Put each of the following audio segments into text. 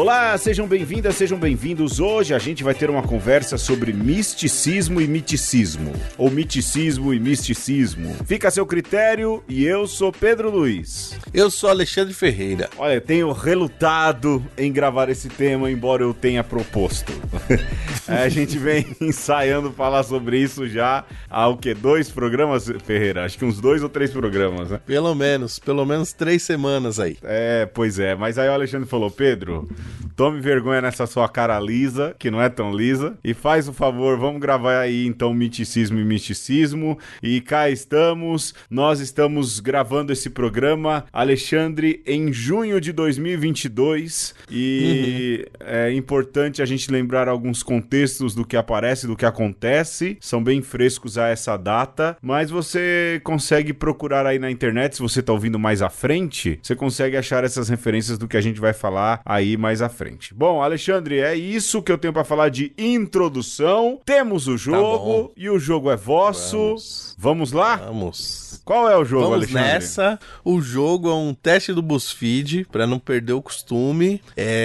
Olá, sejam bem-vindas, sejam bem-vindos. Hoje a gente vai ter uma conversa sobre misticismo e miticismo, ou miticismo e misticismo. Fica a seu critério e eu sou Pedro Luiz. Eu sou Alexandre Ferreira. Olha, tenho relutado em gravar esse tema, embora eu tenha proposto. A gente vem ensaiando falar sobre isso já há o quê? 2 programas, Ferreira? Acho que uns 2 ou 3 programas, né? Pelo menos 3 semanas aí. Pois é, mas aí o Alexandre falou, Pedro, tome vergonha nessa sua cara lisa, que não é tão lisa, e faz o favor, vamos gravar aí então miticismo e misticismo, e cá estamos, nós estamos gravando esse programa, Alexandre, em junho de 2022, e é importante a gente lembrar alguns contextos do que aparece, do que acontece, são bem frescos a essa data, mas você consegue procurar aí na internet, se você tá ouvindo mais à frente, você consegue achar essas referências do que a gente vai falar aí mais à frente. Bom, Alexandre, é isso que eu tenho pra falar de introdução. Temos o jogo e o jogo é vosso. Vamos lá? Vamos. Qual é o jogo, Vamos Alexandre? nessa. O jogo é um teste do BuzzFeed, pra não perder o costume.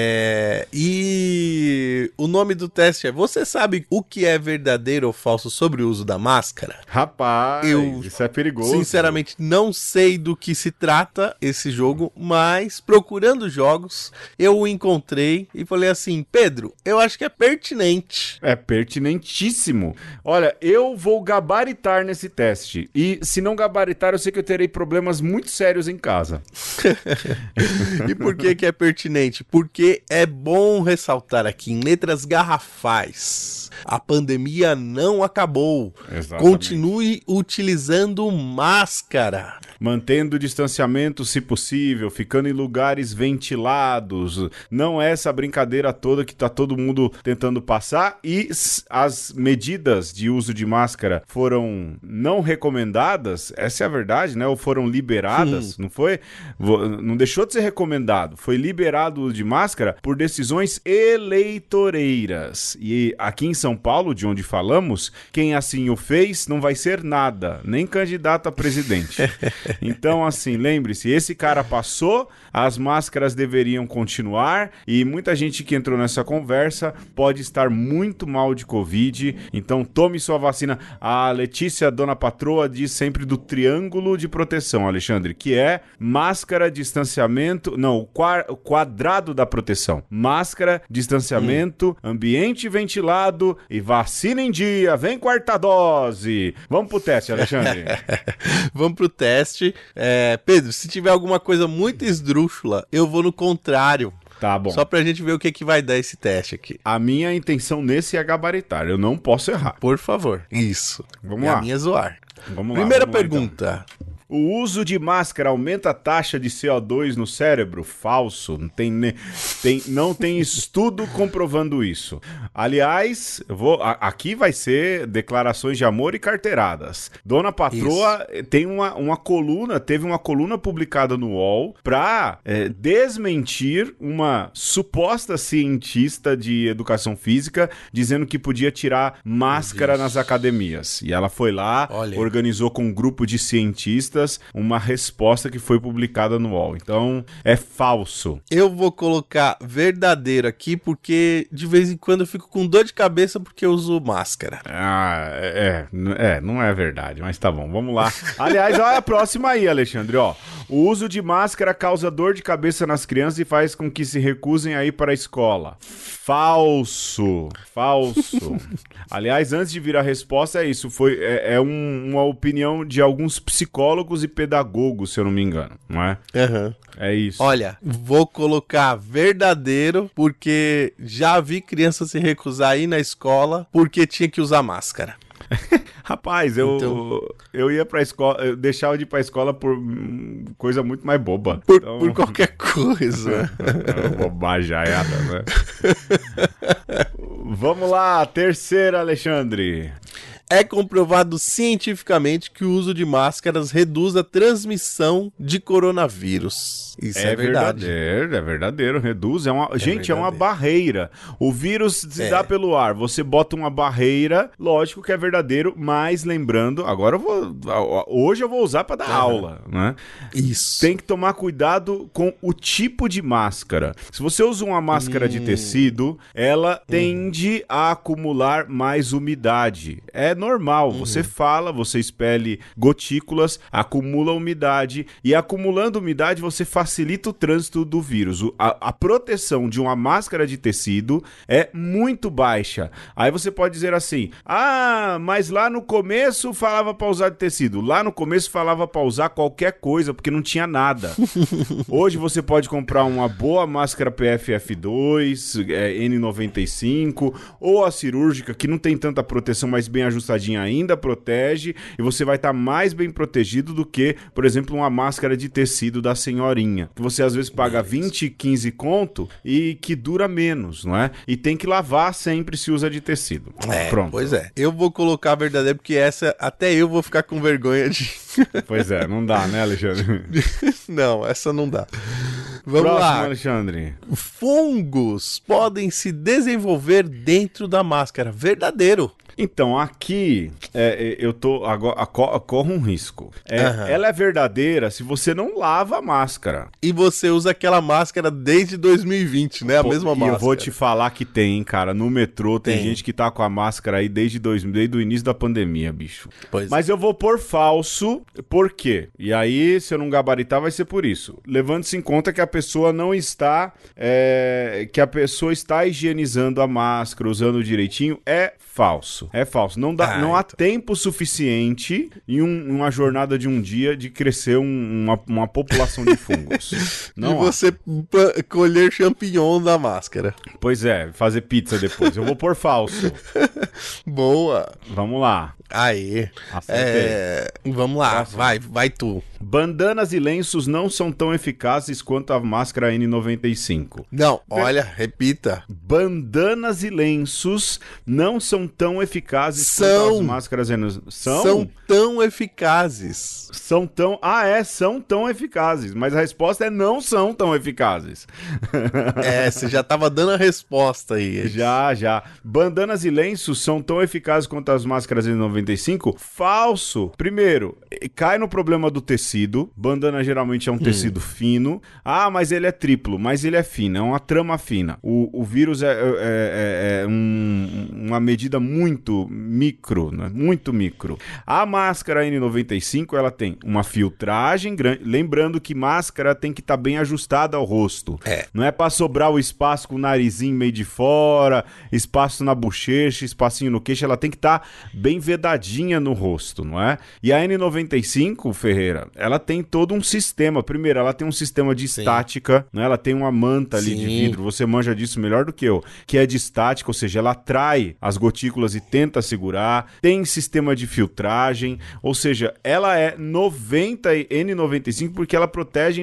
E o nome do teste é: você sabe o que é verdadeiro ou falso sobre o uso da máscara? Rapaz, isso é perigoso. Sinceramente, não sei do que se trata esse jogo, mas procurando jogos, eu o encontrei e falei assim: Pedro, eu acho que é pertinente. É pertinentíssimo. Olha, eu vou gabaritar nesse teste. E se não gabaritar, eu sei que eu terei problemas muito sérios em casa. E por que é pertinente? Porque é bom ressaltar aqui em letras garrafais: a pandemia não acabou. Exatamente. Continue utilizando máscara. Mantendo o distanciamento, se possível, ficando em lugares ventilados. Não é essa brincadeira toda que tá todo mundo tentando passar. E as medidas de uso de máscara foram não recomendadas, essa é a verdade, né? Ou foram liberadas, não foi? Não deixou de ser recomendado. Foi liberado o uso de máscara por decisões eleitoreiras. E aqui em São Paulo, de onde falamos, quem assim o fez não vai ser nada, nem candidato a presidente. Então, assim, lembre-se, esse cara passou, as máscaras deveriam continuar e muita gente que entrou nessa conversa pode estar muito mal de Covid, então tome sua vacina. A Letícia, dona patroa, diz sempre do triângulo de proteção, Alexandre, que é máscara, distanciamento, não, o quadrado da proteção. Máscara, distanciamento, ambiente ventilado e vacina em dia. Vem quarta dose. Vamos pro teste, Alexandre. Vamos pro teste. Pedro, se tiver alguma coisa muito esdrúxula, eu vou no contrário. Tá bom. Só pra gente ver o que vai dar esse teste aqui. A minha intenção nesse é gabaritar. Eu não posso errar. Por favor. Isso. Vamos lá. lá. A minha é zoar. Vamos lá. Primeira vamos lá, pergunta. Então. O uso de máscara aumenta a taxa de CO2 no cérebro? Falso. Não tem estudo comprovando isso. Aliás, aqui vai ser declarações de amor e carteiradas. Dona Patroa tem teve uma coluna publicada no UOL para desmentir uma suposta cientista de educação física dizendo que podia tirar máscara nas academias. E ela foi lá, organizou com um grupo de cientistas uma resposta que foi publicada no UOL. Então, é falso. Eu vou colocar verdadeiro aqui, porque de vez em quando eu fico com dor de cabeça porque eu uso máscara. Não é verdade, mas tá bom, vamos lá. Aliás, olha a próxima aí, Alexandre, ó. O uso de máscara causa dor de cabeça nas crianças e faz com que se recusem a ir para a escola. Falso. Aliás, antes de vir a resposta, é isso. Uma opinião de alguns psicólogos e pedagogos, se eu não me engano, não é? É isso. Olha, vou colocar verdadeiro, porque já vi criança se recusar a ir na escola porque tinha que usar máscara. Rapaz, eu ia pra escola, eu deixava de ir pra escola por coisa muito mais boba. Por qualquer coisa. Bobajaiada, né? Vamos lá, terceira, Alexandre. É comprovado cientificamente que o uso de máscaras reduz a transmissão de coronavírus. Isso é verdade. É verdadeiro, reduz. Gente, é uma barreira. O vírus se dá pelo ar. Você bota uma barreira, lógico que é verdadeiro, mas lembrando, hoje eu vou usar para dar aula, né? Isso. Tem que tomar cuidado com o tipo de máscara. Se você usa uma máscara de tecido, ela tende a acumular mais umidade. É normal. Você fala, você expele gotículas, acumula umidade e acumulando umidade você facilita o trânsito do vírus. A proteção de uma máscara de tecido é muito baixa. Aí você pode dizer assim: mas lá no começo falava para usar de tecido. Lá no começo falava para usar qualquer coisa, porque não tinha nada. Hoje você pode comprar uma boa máscara PFF2, N95, ou a cirúrgica, que não tem tanta proteção, mas bem ajustadinha ainda, protege, e você vai estar mais bem protegido do que, por exemplo, uma máscara de tecido da senhorinha, que você às vezes paga 20, 15 conto e que dura menos, não é? E tem que lavar sempre se usa de tecido. Pronto. Pois é. Eu vou colocar a verdadeira, porque essa até eu vou ficar com vergonha de... Pois é, não dá, né, Alexandre? Não, essa não dá. Vamos Próximo, lá. Alexandre. Fungos podem se desenvolver dentro da máscara. Verdadeiro. Então, aqui eu tô agora corro um risco. Ela é verdadeira se você não lava a máscara. E você usa aquela máscara desde 2020, né? A mesma máscara. E eu vou te falar que tem, cara. No metrô tem gente que tá com a máscara aí desde o início da pandemia, bicho. Mas eu vou pôr falso, por quê? E aí, se eu não gabaritar, vai ser por isso. Levando-se em conta que a pessoa não está... que a pessoa está higienizando a máscara, usando direitinho, é falso. É falso. Não há tempo suficiente em uma jornada de um dia de crescer uma população de fungos. Não e você colher champignon da máscara. Pois é, fazer pizza depois. Eu vou pôr falso. Boa. Vamos lá. Aê. Vamos lá, vai tu. Bandanas e lenços não são tão eficazes quanto a máscara N95. Não, olha, repita. Bandanas e lenços não são tão eficazes quanto as máscaras N95. São tão eficazes. São tão eficazes. Mas a resposta é não são tão eficazes. Você já tava dando a resposta aí. Já. Bandanas e lenços são tão eficazes quanto as máscaras N95? Falso. Primeiro, cai no problema do tecido. Bandana geralmente é um tecido fino. Mas ele é triplo, mas ele é fino, é uma trama fina. O vírus é uma medida muito micro, né? Muito micro. A máscara N95, ela tem uma filtragem grande, lembrando que máscara tem que estar bem ajustada ao rosto. Não é para sobrar o espaço com o narizinho meio de fora, espaço na bochecha, espacinho no queixo, ela tem que estar bem vedadinha no rosto, não é? E a N95, Ferreira, ela tem todo um sistema. Primeiro, ela tem um sistema de estática, né? Ela tem uma manta ali de vidro, você manja disso melhor do que eu, que é de estática, ou seja, ela atrai as gotículas e tenta segurar, tem sistema de filtragem, ou seja, ela é N95 porque ela protege em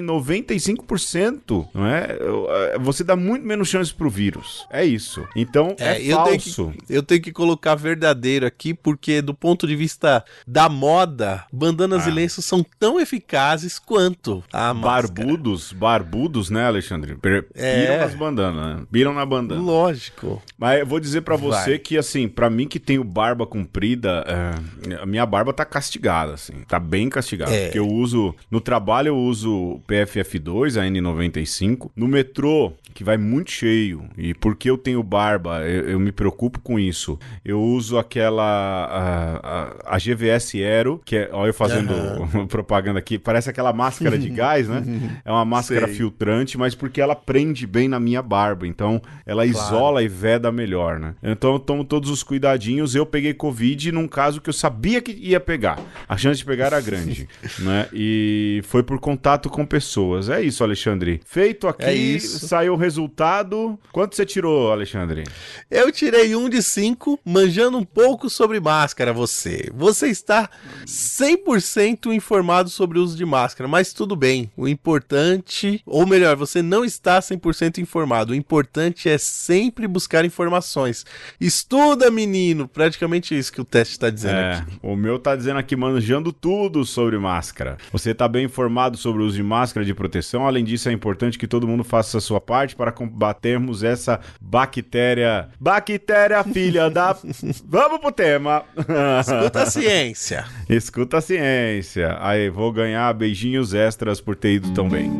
95%, não é? Você dá muito menos chance pro vírus. É isso. Então, falso. Eu tenho que colocar verdadeiro aqui, porque do ponto de vista da moda, bandanas e lenços são tão eficazes quanto a máscara. Barbudos, né, Alexandre? Piram nas bandanas, né? Piram na bandana. Lógico. Mas eu vou dizer pra você que, assim, pra mim que tenho barba comprida, a minha barba tá castigada, assim. Tá bem castigada. Porque eu uso... No trabalho eu uso PFF2, a N95. No metrô, que vai muito cheio, e porque eu tenho barba, eu me preocupo com isso. Eu uso aquela... A GVS Aero, que é... Olha eu fazendo propaganda aqui. Parece aquela máscara de gás, né? É uma máscara filtrante, mas porque ela prende bem na minha barba. Então, ela isola e veda melhor, né? Então, eu tomo todos os cuidadinhos. Eu peguei Covid num caso que eu sabia que ia pegar. A chance de pegar era grande, né? E foi por contato com pessoas. É isso, Alexandre. Feito aqui, saiu o resultado. Quanto você tirou, Alexandre? Eu tirei 1 de 5, manjando um pouco sobre máscara, você. Você está 100% 100% informado sobre o uso de máscara, mas tudo bem. O importante, ou melhor, você não está 100% informado. O importante é sempre buscar informações. Estuda, menino! Praticamente isso que o teste está dizendo aqui. O meu tá dizendo aqui, manjando tudo sobre máscara. Você tá bem informado sobre o uso de máscara de proteção. Além disso, é importante que todo mundo faça a sua parte para combatermos essa bactéria. Bactéria, filha da... Vamos pro tema. Escuta a ciência. Escuta a ciência. Aí, vou ganhar beijinhos extras por ter ido tão bem.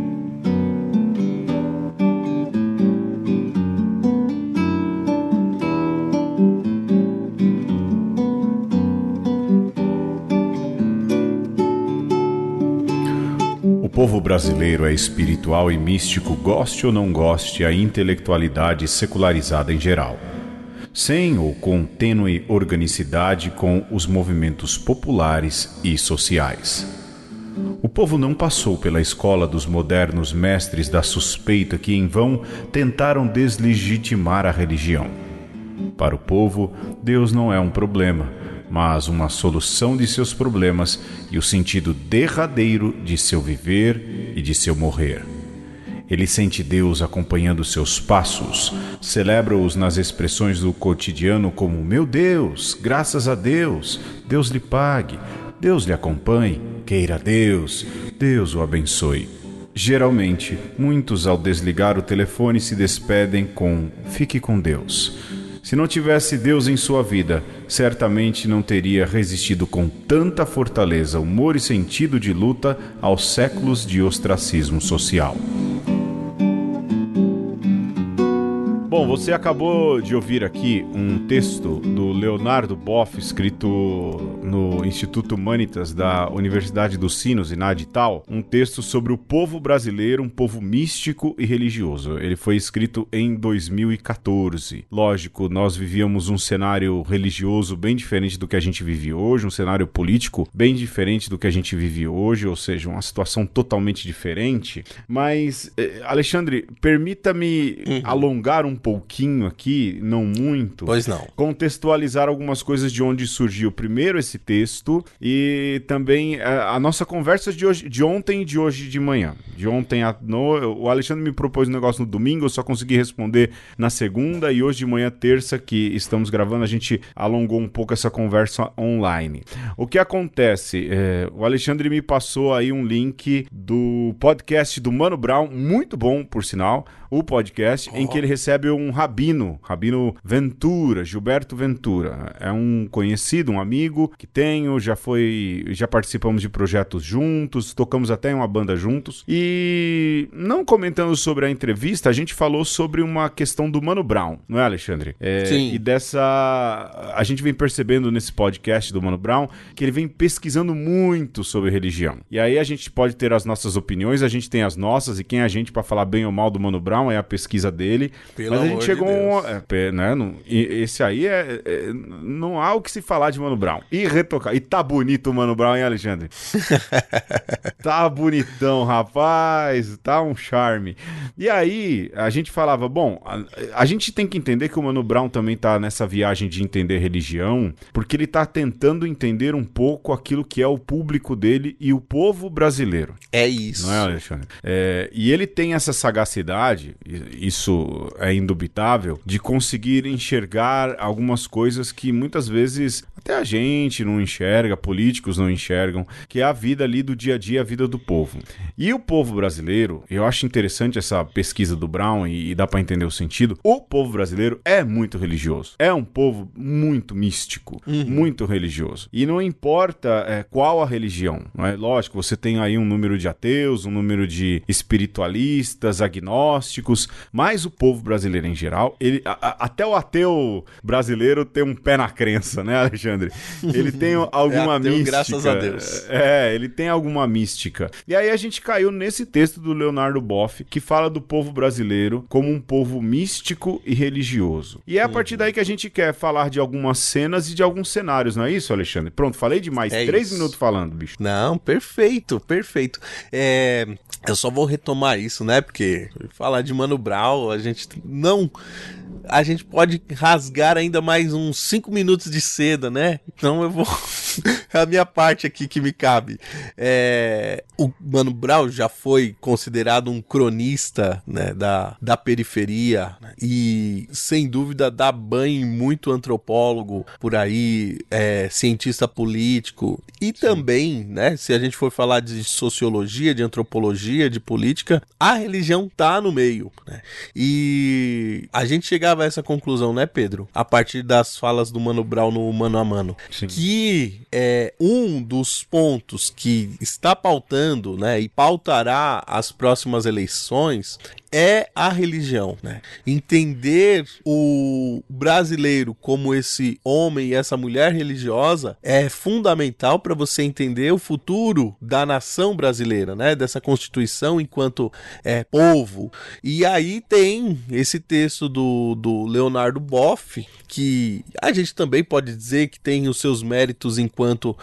O povo brasileiro é espiritual e místico, goste ou não goste a intelectualidade secularizada em geral, sem ou com tênue organicidade com os movimentos populares e sociais. O povo não passou pela escola dos modernos mestres da suspeita que em vão tentaram deslegitimar a religião. Para o povo, Deus não é um problema, mas uma solução de seus problemas e o sentido derradeiro de seu viver e de seu morrer. Ele sente Deus acompanhando seus passos, celebra-os nas expressões do cotidiano como meu Deus, graças a Deus, Deus lhe pague, Deus lhe acompanhe, queira Deus, Deus o abençoe. Geralmente, muitos ao desligar o telefone se despedem com fique com Deus. Se não tivesse Deus em sua vida, certamente não teria resistido com tanta fortaleza, humor e sentido de luta aos séculos de ostracismo social. Bom, você acabou de ouvir aqui um texto do Leonardo Boff, escrito no Instituto Humanitas da Universidade dos Sinos, em Natal, um texto sobre o povo brasileiro, um povo místico e religioso. Ele foi escrito em 2014. Lógico, nós vivíamos um cenário religioso bem diferente do que a gente vive hoje, um cenário político bem diferente do que a gente vive hoje, ou seja, uma situação totalmente diferente. Mas, Alexandre, permita-me alongar um pouquinho aqui, não muito. Pois não. Contextualizar algumas coisas de onde surgiu primeiro esse texto e também a nossa conversa de ontem e de hoje de manhã. De ontem o Alexandre me propôs um negócio no domingo, eu só consegui responder na segunda e hoje de manhã, terça, que estamos gravando, a gente alongou um pouco essa conversa online. O que acontece? O Alexandre me passou aí um link do podcast do Mano Brown, muito bom, por sinal, o podcast, em que ele recebe um Rabino Ventura, Gilberto Ventura. É um conhecido, um amigo que tenho, já participamos de projetos juntos, tocamos até em uma banda juntos. E não comentando sobre a entrevista, a gente falou sobre uma questão do Mano Brown, não é, Alexandre? Sim. E a gente vem percebendo nesse podcast do Mano Brown que ele vem pesquisando muito sobre religião. E aí a gente pode ter as nossas opiniões, a gente tem as nossas, e quem é a gente para falar bem ou mal do Mano Brown é a pesquisa dele. Mas a gente chegou esse aí não há o que se falar de Mano Brown. E tá bonito o Mano Brown, hein, Alexandre? Tá bonitão, rapaz. Tá um charme. E aí, a gente falava, bom, a gente tem que entender que o Mano Brown também tá nessa viagem de entender religião, porque ele tá tentando entender um pouco aquilo que é o público dele e o povo brasileiro. É isso. Não é, Alexandre? E ele tem essa sagacidade, isso é indubitável, de conseguir enxergar algumas coisas que muitas vezes até a gente não enxerga, políticos não enxergam, que é a vida ali do dia a dia, a vida do povo. E o povo brasileiro, eu acho interessante essa pesquisa do Brown e dá pra entender o sentido, o povo brasileiro é muito religioso. É um povo muito místico, muito religioso. E não importa qual a religião, não é? Lógico, você tem aí um número de ateus, um número de espiritualistas, agnósticos, mas o povo brasileiro em geral, até o ateu brasileiro tem um pé na crença, né, Alexandre? Ele tem alguma ateu, mística. Graças a Deus. Ele tem alguma mística. E aí a gente caiu nesse texto do Leonardo Boff, que fala do povo brasileiro como um povo místico e religioso. E é a partir daí que a gente quer falar de algumas cenas e de alguns cenários, não é isso, Alexandre? Pronto, falei demais. 3 minutos falando, bicho. Não, perfeito, perfeito. Eu só vou retomar isso, né? Porque falar de Mano Brown, a gente não a gente pode rasgar ainda mais uns 5 minutos de seda, né? Então eu vou... a minha parte aqui que me cabe. O Mano Brown já foi considerado um cronista, né, da periferia, né? E sem dúvida dá banho em muito antropólogo por aí, cientista político. E também, né, se a gente for falar de sociologia, de antropologia, de política, a religião tá no meio, né? E a gente chegava a essa conclusão, né, Pedro? A partir das falas do Mano Brown no Mano a Mano. Sim. Que um dos pontos que está pautando, né, e pautará as próximas eleições é a religião, né? Entender o brasileiro como esse homem e essa mulher religiosa é fundamental para você entender o futuro da nação brasileira, né? Dessa Constituição enquanto povo. E aí tem esse texto do Leonardo Boff, que a gente também pode dizer que tem os seus méritos enquanto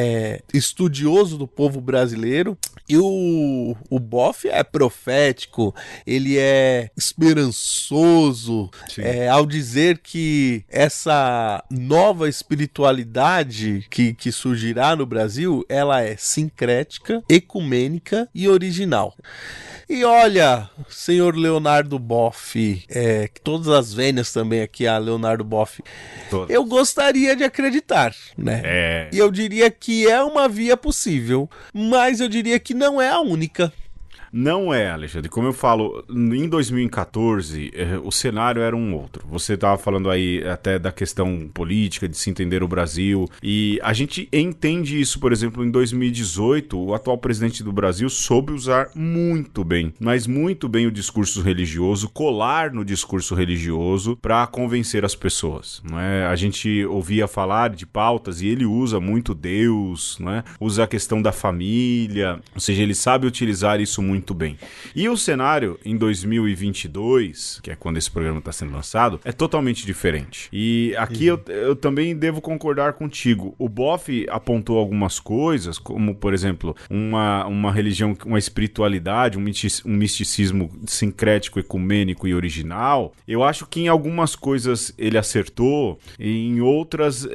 estudioso do povo brasileiro. E o Boff é profético, ele é esperançoso ao dizer que essa nova espiritualidade que surgirá no Brasil, ela é sincrética, ecumênica e original. E olha, senhor Leonardo Boff, todas as vênias também aqui a Leonardo Boff, eu gostaria de acreditar, né? E eu diria que é uma via possível, mas eu diria que não é a única. Não é, Alexandre. Como eu falo, em 2014, o cenário era um outro. Você estava falando aí até da questão política, de se entender o Brasil. E a gente entende isso, por exemplo, em 2018, o atual presidente do Brasil soube usar muito bem, mas muito bem o discurso religioso, colar no discurso religioso para convencer as pessoas. Não é? A gente ouvia falar de pautas e ele usa muito Deus, não é? Usa a questão da família, ou seja, ele sabe utilizar isso muito bem. E o cenário em 2022, que é quando esse programa está sendo lançado, é totalmente diferente. E aqui eu também devo concordar contigo. O Boff apontou algumas coisas, como, por exemplo, uma religião, uma espiritualidade, um misticismo sincrético, ecumênico e original. Eu acho que em algumas coisas ele acertou, e em outras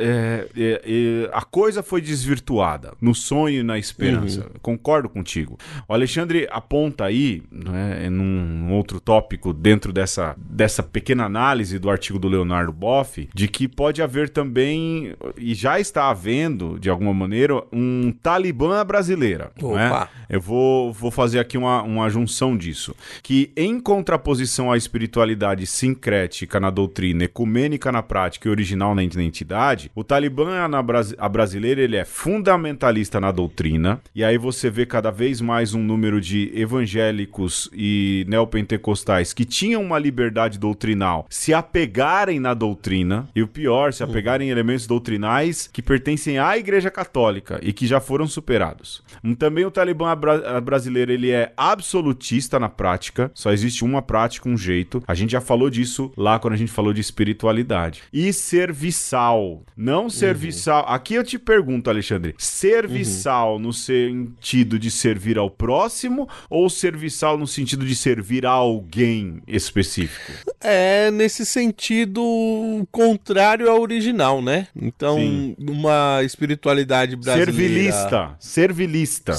a coisa foi desvirtuada, no sonho e na esperança. Concordo contigo. O Alexandre aponta aí, né, num outro tópico dentro dessa pequena análise do artigo do Leonardo Boff, de que pode haver também, e já está havendo, de alguma maneira, um Talibã brasileira. Né? Eu vou fazer aqui uma junção disso. Que, em contraposição à espiritualidade sincrética na doutrina, ecumênica na prática e original na identidade, o Talibã a brasileira, ele é fundamentalista na doutrina, e aí você vê cada vez mais um número de evangélicos e neopentecostais que tinham uma liberdade doutrinal se apegarem na doutrina, e o pior, se apegarem em elementos doutrinais que pertencem à Igreja Católica e que já foram superados. Também o Talibã brasileiro, ele é absolutista na prática, só existe uma prática, um jeito. A gente já falou disso lá quando a gente falou de espiritualidade. E serviçal. Não serviçal. Aqui eu te pergunto, Alexandre, serviçal no sentido de servir ao próximo ou serviçal no sentido de servir a alguém específico? É nesse sentido contrário ao original, né? Então, uma espiritualidade brasileira... Servilista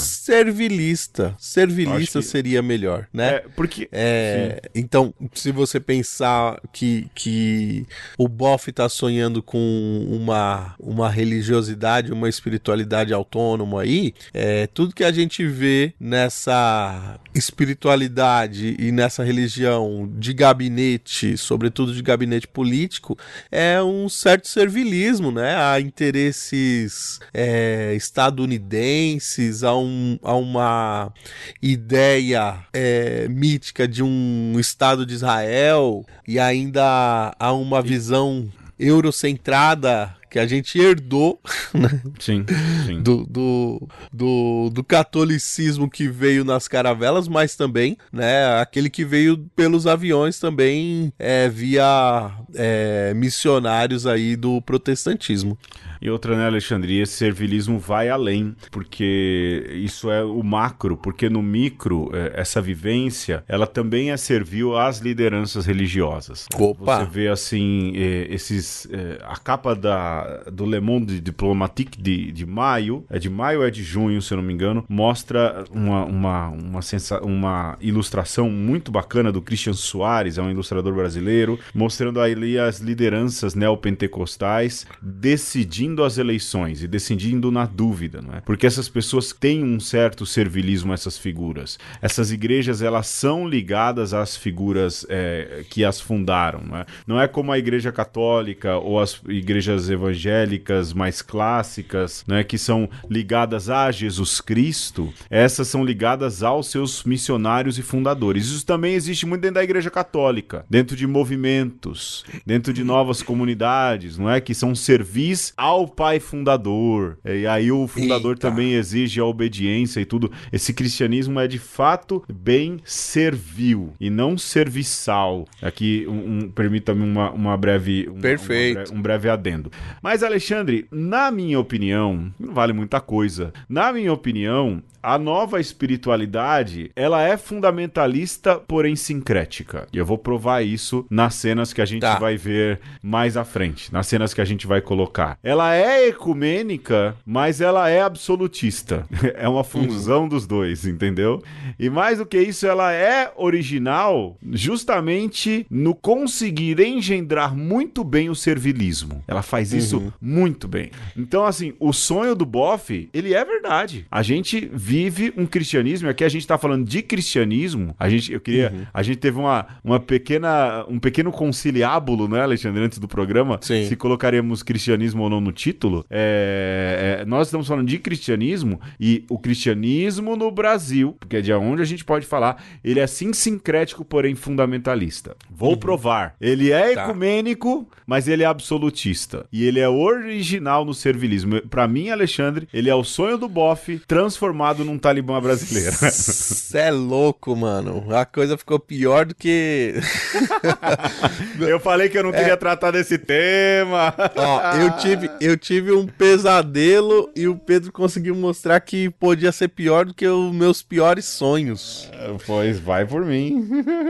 que... seria melhor, né? Então, se você pensar que o Boff tá sonhando com uma religiosidade, uma espiritualidade autônoma aí, tudo que a gente vê nessa espiritualidade e nessa religião de gabinete, sobretudo de gabinete político, é um certo servilismo, né, a interesses estadunidenses, a uma ideia mítica de um Estado de Israel, e ainda a uma visão eurocentrada que a gente herdou, né? Sim. Do catolicismo que veio nas caravelas, mas também, né, aquele que veio pelos aviões também via missionários aí do protestantismo. E outra, né, Alexandre, esse servilismo vai além, porque isso é o macro, porque no micro, essa vivência, ela também é servil às lideranças religiosas. Opa! Você vê, assim, a capa do Le Monde Diplomatique de maio, é de maio ou é de junho, se eu não me engano, mostra uma ilustração muito bacana do Christian Soares, é um ilustrador brasileiro, mostrando ali as lideranças neopentecostais decidindo as eleições e decidindo na dúvida, não é? Porque essas pessoas têm um certo servilismo a essas figuras. Essas igrejas, elas são ligadas às figuras que as fundaram, não é? Não é como a Igreja Católica ou as igrejas evangélicas mais clássicas, né, que são ligadas a Jesus Cristo. Essas são ligadas aos seus missionários e fundadores. Isso também existe muito dentro da Igreja Católica, dentro de movimentos, dentro de novas comunidades, não é? Que são servis ao pai fundador. E aí o fundador também exige a obediência e tudo. Esse cristianismo é de fato bem servil e não serviçal. Aqui permita-me uma breve... Perfeito. Um breve adendo. Mas, Alexandre, na minha opinião, não vale muita coisa. Na minha opinião, a nova espiritualidade, ela é fundamentalista, porém sincrética. E eu vou provar isso nas cenas que a gente vai ver mais à frente, nas cenas que a gente vai colocar. Ela é ecumênica, mas ela é absolutista. É uma fusão dos dois, entendeu? E mais do que isso, ela é original justamente no conseguir engendrar muito bem o servilismo. Ela faz isso muito bem. Então, assim, o sonho do Boff, ele é verdade. A gente vive um cristianismo, aqui a gente tá falando de cristianismo, a gente teve um pequeno conciliábulo, né, Alexandre, antes do programa, Sim. Se colocaremos cristianismo ou não no título. Nós estamos falando de cristianismo, e o cristianismo no Brasil, porque é de onde a gente pode falar, ele é sim sincrético, porém fundamentalista. Vou provar. Ele é ecumênico, mas ele é absolutista. E ele é original no servilismo. Pra mim, Alexandre, ele é o sonho do Boff transformado num talibã brasileiro. Cê é louco, mano. A coisa ficou pior do que... Eu falei que eu não queria tratar desse tema. Ó, eu tive um pesadelo e o Pedro conseguiu mostrar que podia ser pior do que os meus piores sonhos. Pois vai por mim.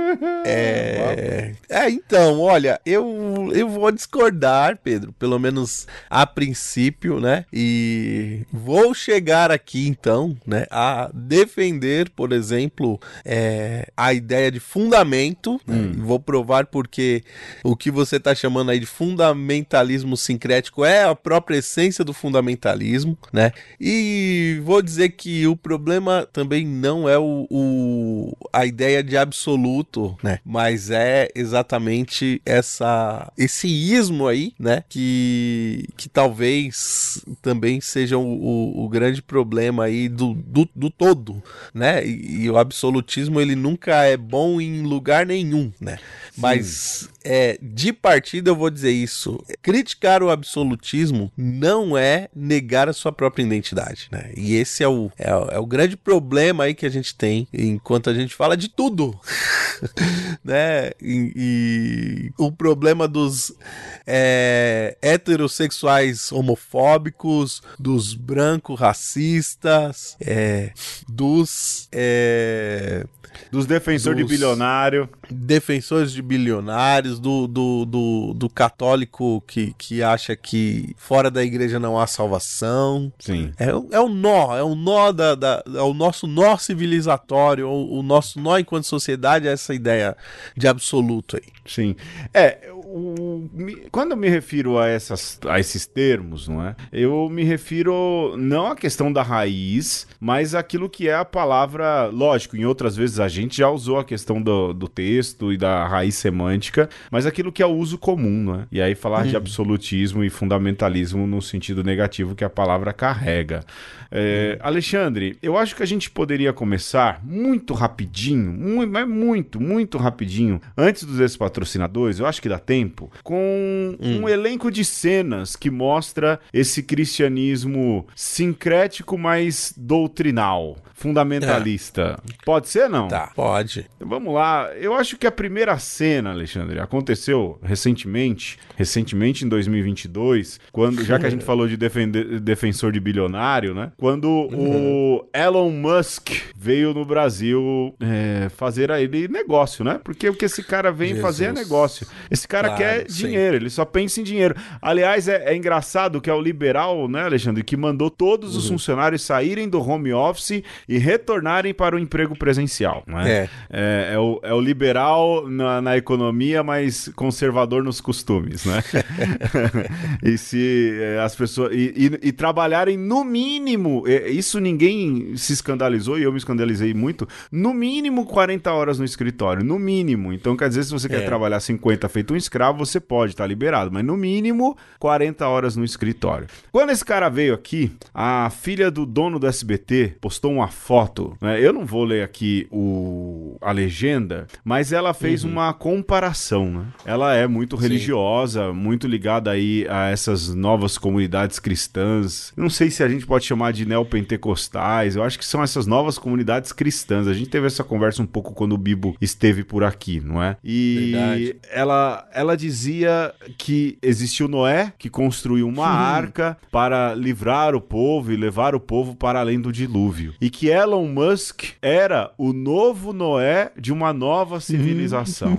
Então, olha, eu vou discordar, Pedro, pelo menos a princípio, né? E vou chegar aqui, então, né, a defender, por exemplo, a ideia de fundamento, né? Vou provar porque o que você está chamando aí de fundamentalismo sincrético é a própria essência do fundamentalismo, né? E vou dizer que o problema também não é a ideia de absoluto, né? Mas é exatamente esse ismo aí, né? Que talvez também seja o grande problema aí do todo, né? E o absolutismo, ele nunca é bom em lugar nenhum, né? Sim. Mas de partida eu vou dizer isso: criticar o absolutismo não é negar a sua própria identidade, né? E esse é o grande problema aí que a gente tem enquanto a gente fala de tudo, né? E o problema dos heterossexuais homofóbicos, dos brancos racistas, dos defensores de bilionário. Defensores de bilionários, do católico que acha que fora da igreja não há salvação. Sim. É o nó é o nosso nó civilizatório, o nosso nó enquanto sociedade, é essa ideia de absoluto aí. Sim. Quando eu me refiro a esses termos, não é? Eu me refiro não à questão da raiz, mas àquilo que é a palavra, lógico, em outras vezes a gente já usou a questão do texto e da raiz semântica, mas aquilo que é o uso comum, não é? E aí falar de absolutismo e fundamentalismo no sentido negativo que a palavra carrega. Alexandre, eu acho que a gente poderia começar muito rapidinho, muito rapidinho, antes dos patrocinadores, eu acho que dá tempo. tempo, com um elenco de cenas que mostra esse cristianismo sincrético, mas doutrinal, fundamentalista. Pode ser, não? Tá, pode. Vamos lá. Eu acho que a primeira cena, Alexandre, aconteceu recentemente em 2022, quando, já que a gente falou de defensor de bilionário, né? Quando o Elon Musk veio no Brasil fazer a ele negócio, né? Porque o que esse cara vem fazer é negócio. Esse cara quer dinheiro, ele só pensa em dinheiro. Aliás, é engraçado que é o liberal, né, Alexandre, que mandou todos os funcionários saírem do home office e retornarem para o emprego presencial, né? É o liberal na economia, mas conservador nos costumes, né? E se as pessoas... E trabalharem no mínimo, isso ninguém se escandalizou, e eu me escandalizei muito, no mínimo 40 horas no escritório, no mínimo. Então, quer dizer, se você quer trabalhar 50 feito um escravo, você pode, tá liberado, mas no mínimo 40 horas no escritório. Quando esse cara veio aqui, a filha do dono do SBT postou uma foto, né? Eu não vou ler aqui a legenda, mas ela fez uma comparação, né? Ela é muito religiosa, muito ligada aí a essas novas comunidades cristãs. Não sei se a gente pode chamar de neopentecostais, eu acho que são essas novas comunidades cristãs. A gente teve essa conversa um pouco quando o Bibo esteve por aqui, não é? E ela dizia que existiu Noé, que construiu uma arca para livrar o povo e levar o povo para além do dilúvio. E que Elon Musk era o novo Noé de uma nova civilização.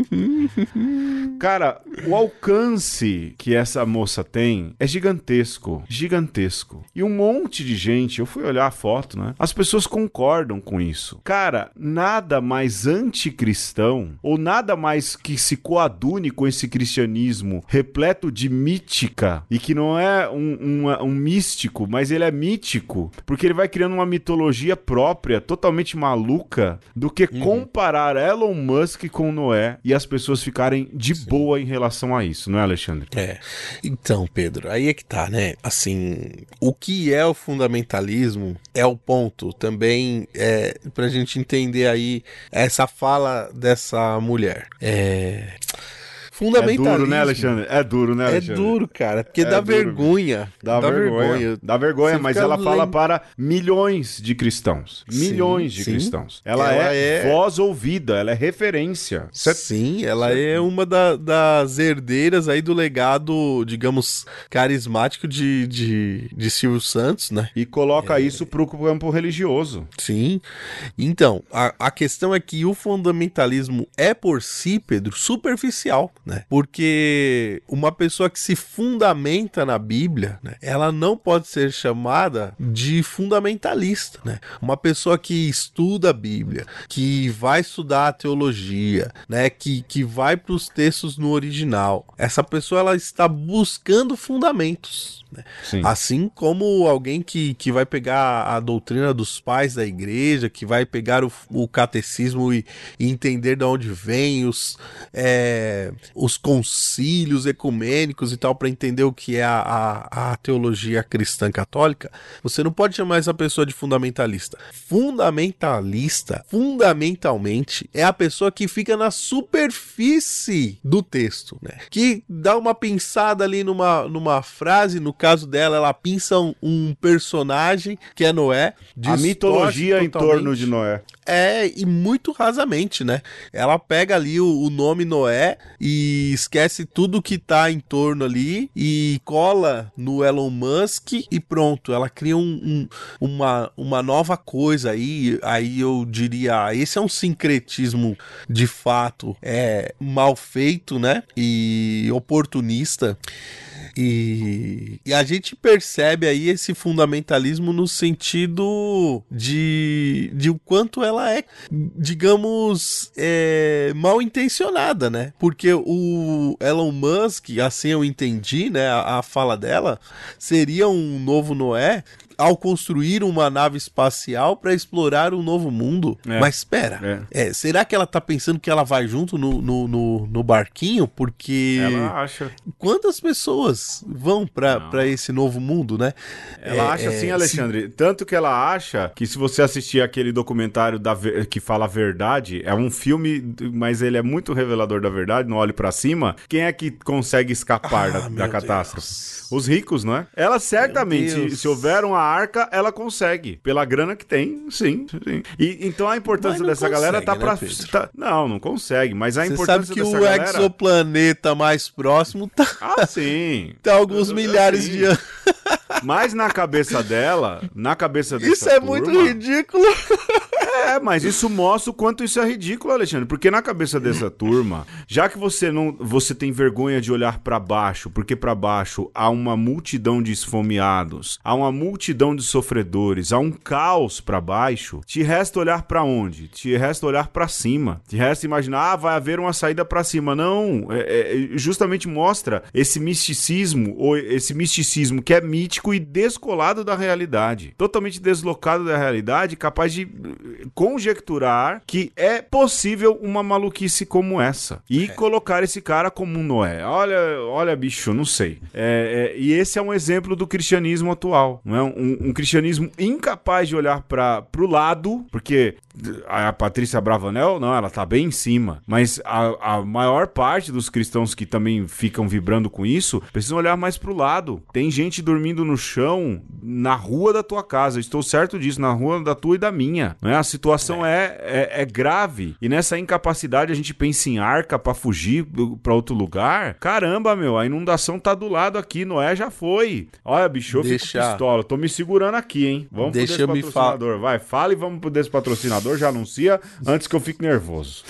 Cara, o alcance que essa moça tem é gigantesco. Gigantesco. E um monte de gente, eu fui olhar a foto, né? As pessoas concordam com isso. Cara, nada mais anticristão, ou nada mais que se coadune com esse cristianismo repleto de mítica, e que não é um místico, mas ele é mítico, porque ele vai criando uma mitologia própria, totalmente maluca, do que comparar Elon Musk com Noé e as pessoas ficarem de boa em relação a isso, não é, Alexandre? Então, Pedro, aí é que tá, né? Assim, o que é o fundamentalismo é o ponto também pra gente entender aí essa fala dessa mulher. Fundamentalismo. É duro, né, Alexandre? É duro, né, Alexandre? É duro, cara, porque dá vergonha. Dá vergonha. Dá vergonha, mas ela fala para milhões de cristãos. Milhões de cristãos. Ela é voz ouvida, ela é referência. Sim, ela é uma das herdeiras aí do legado, digamos, carismático de Silvio Santos, né? E coloca isso pro campo religioso. Sim. Então, a questão é que o fundamentalismo é por si, Pedro, superficial, né? Porque uma pessoa que se fundamenta na Bíblia, né, ela não pode ser chamada de fundamentalista, né? Uma pessoa que estuda a Bíblia, que vai estudar a teologia, né, que vai para os textos no original, essa pessoa ela está buscando fundamentos, né? Assim como alguém que vai pegar a doutrina dos pais da igreja, que vai pegar o catecismo e entender de onde vem os concílios ecumênicos e tal, para entender o que é a teologia cristã católica, você não pode chamar essa pessoa de fundamentalista. Fundamentalista, fundamentalmente, é a pessoa que fica na superfície do texto, né? Que dá uma pensada ali numa frase, no caso dela, ela pinça um personagem, que é Noé. A mitologia em torno de Noé. E muito rasamente, né? Ela pega ali o nome Noé e esquece tudo que tá em torno ali e cola no Elon Musk e pronto, ela cria uma nova coisa aí eu diria, esse é um sincretismo de fato, mal feito, né? E oportunista. E a gente percebe aí esse fundamentalismo no sentido de o quanto ela é, digamos, mal intencionada, né? Porque o Elon Musk, assim eu entendi, né, a fala dela, seria um novo Noé ao construir uma nave espacial para explorar um novo mundo. Mas espera, será que ela tá pensando que ela vai junto no barquinho? Porque ela acha. Quantas pessoas vão para esse novo mundo, né? Ela acha assim, Alexandre. Tanto que ela acha que se você assistir aquele documentário que fala a verdade, é um filme, mas ele é muito revelador da verdade, não olhe pra cima. Quem é que consegue escapar da catástrofe? Deus. Os ricos, não é? Ela certamente, se houver uma arca, ela consegue. Pela grana que tem, sim. E então a importância dessa galera tá pra... Não consegue, mas a importância dessa galera... Você sabe que o exoplaneta mais próximo tá... Ah, sim. Tá alguns milhares de anos. Mas na cabeça dessa isso é muito ridículo. Mas isso mostra o quanto isso é ridículo, Alexandre. Porque na cabeça dessa turma, já que você tem vergonha de olhar pra baixo, porque pra baixo há uma multidão de esfomeados, há uma multidão de sofredores, há um caos pra baixo, te resta olhar pra onde? Te resta olhar pra cima. Te resta imaginar, vai haver uma saída pra cima. Não, justamente mostra esse misticismo que é mítico e descolado da realidade. Totalmente deslocado da realidade, capaz de conjecturar que é possível uma maluquice como essa. E colocar esse cara como um Noé. Olha, bicho, não sei. E esse é um exemplo do cristianismo atual. Não é? Um cristianismo incapaz de olhar pro lado, porque a Patrícia Bravanel, não, ela tá bem em cima. Mas a maior parte dos cristãos que também ficam vibrando com isso, precisam olhar mais pro lado. Tem gente dormindo no chão na rua da tua casa. Estou certo disso, na rua da tua e da minha. Não é? A situação é grave. E nessa incapacidade a gente pensa em arca pra fugir pra outro lugar. Caramba, meu, a inundação tá do lado aqui. Noé já foi. Olha, bicho, eu fico pistola. Tô me segurando aqui, hein? Vamos pro despatrocinador. Vai, fala e vamos pro despatrocinador. Já anuncia antes que eu fique nervoso.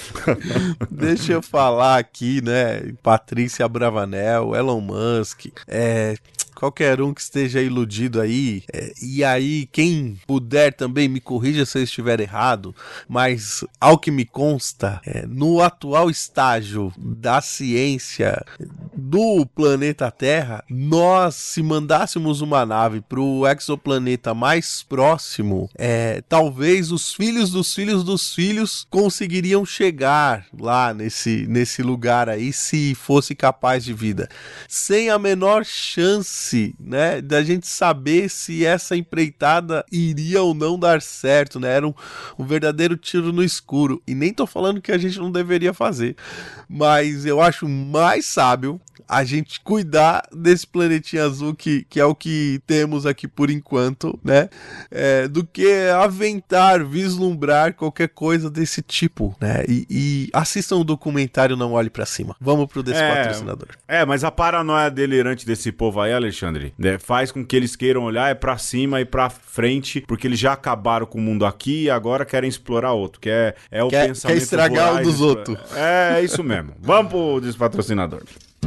Deixa eu falar aqui, né? Patrícia Bravanel, Elon Musk, qualquer um que esteja iludido aí, e aí quem puder também me corrija se eu estiver errado, mas ao que me consta, no atual estágio da ciência do planeta Terra, nós, se mandássemos uma nave para o exoplaneta mais próximo, talvez os filhos dos filhos dos filhos conseguiriam chegar lá nesse lugar aí, se fosse capaz de vida, sem a menor chance, né, da gente saber se essa empreitada iria ou não dar certo, né? Era um verdadeiro tiro no escuro. E nem tô falando que a gente não deveria fazer, mas eu acho mais sábio a gente cuidar desse planetinha azul que é o que temos aqui por enquanto, né? Do que aventar, vislumbrar qualquer coisa desse tipo, né? E assistam o documentário Não Olhe Pra Cima. Vamos pro despatrocinador. Mas a paranoia delirante desse povo aí, Alexandre, faz com que eles queiram olhar pra cima e pra frente, porque eles já acabaram com o mundo aqui e agora querem explorar outro, que é o pensamento quer estragar o dos outros. É isso mesmo. Vamos pro despatrocinador.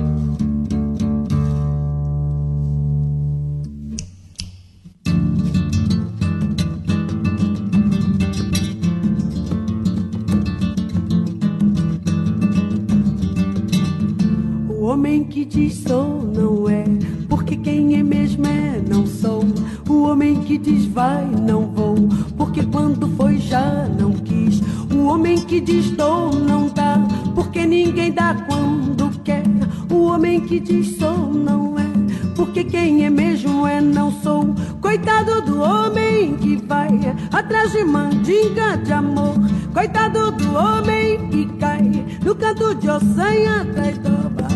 O homem que diz sou não é, porque quem é mesmo não sou. O homem que diz vai não vou, porque quando foi já não quis. O homem que diz dou não dá, porque ninguém dá quando quer. O homem que diz sou não é, porque quem é mesmo não sou. Coitado do homem que vai atrás de mandinga de amor. Coitado do homem que cai no canto de ossanha traidor.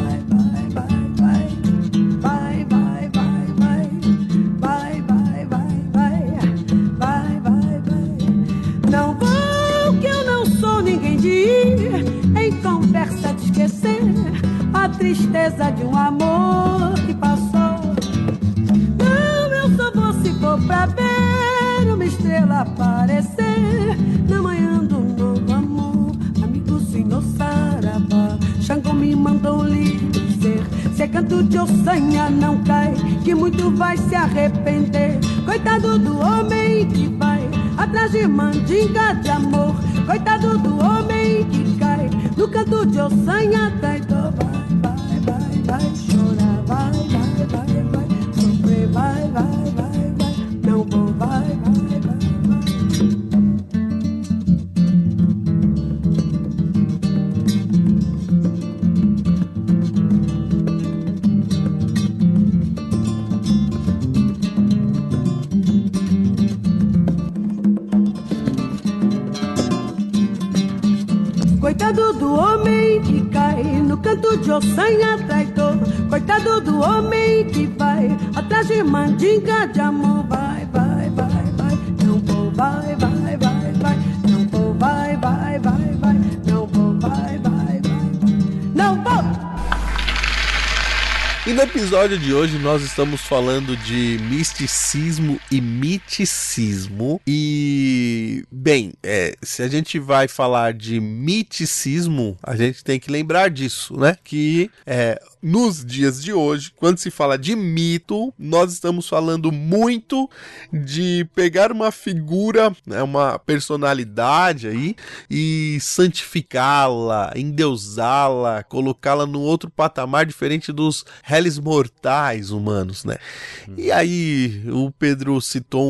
A tristeza de um amor que passou. Não, eu só vou se for pra ver uma estrela aparecer na manhã do novo amor. Amigo senhor Saravá, Xangô me mandou lhe dizer: se canto de ossanha não cai, que muito vai se arrepender. Coitado do homem que vai atrás de mandinga de amor. Coitado do homem que cai no canto de ossanha traidor. Vai chorar, vai, sofrer, vai, não vou homem que cai no canto de ossanha traidor. Coitado do homem que vai atrás de mandinga de amor. Vai, vai, vai, vai, não vou, vai, vai, vai, vai, não vou, vai, vai, vai, vai, não vou, vai, vai, vai, não vou. E no episódio de hoje nós estamos falando de misticismo e miticismo. E, bem, se a gente vai falar de miticismo, a gente tem que lembrar disso, né? Que nos dias de hoje, quando se fala de mito, nós estamos falando muito de pegar uma figura, né, uma personalidade aí, e santificá-la, endeusá-la, colocá-la num outro patamar diferente dos réis mortais humanos, né? E aí o Pedro citou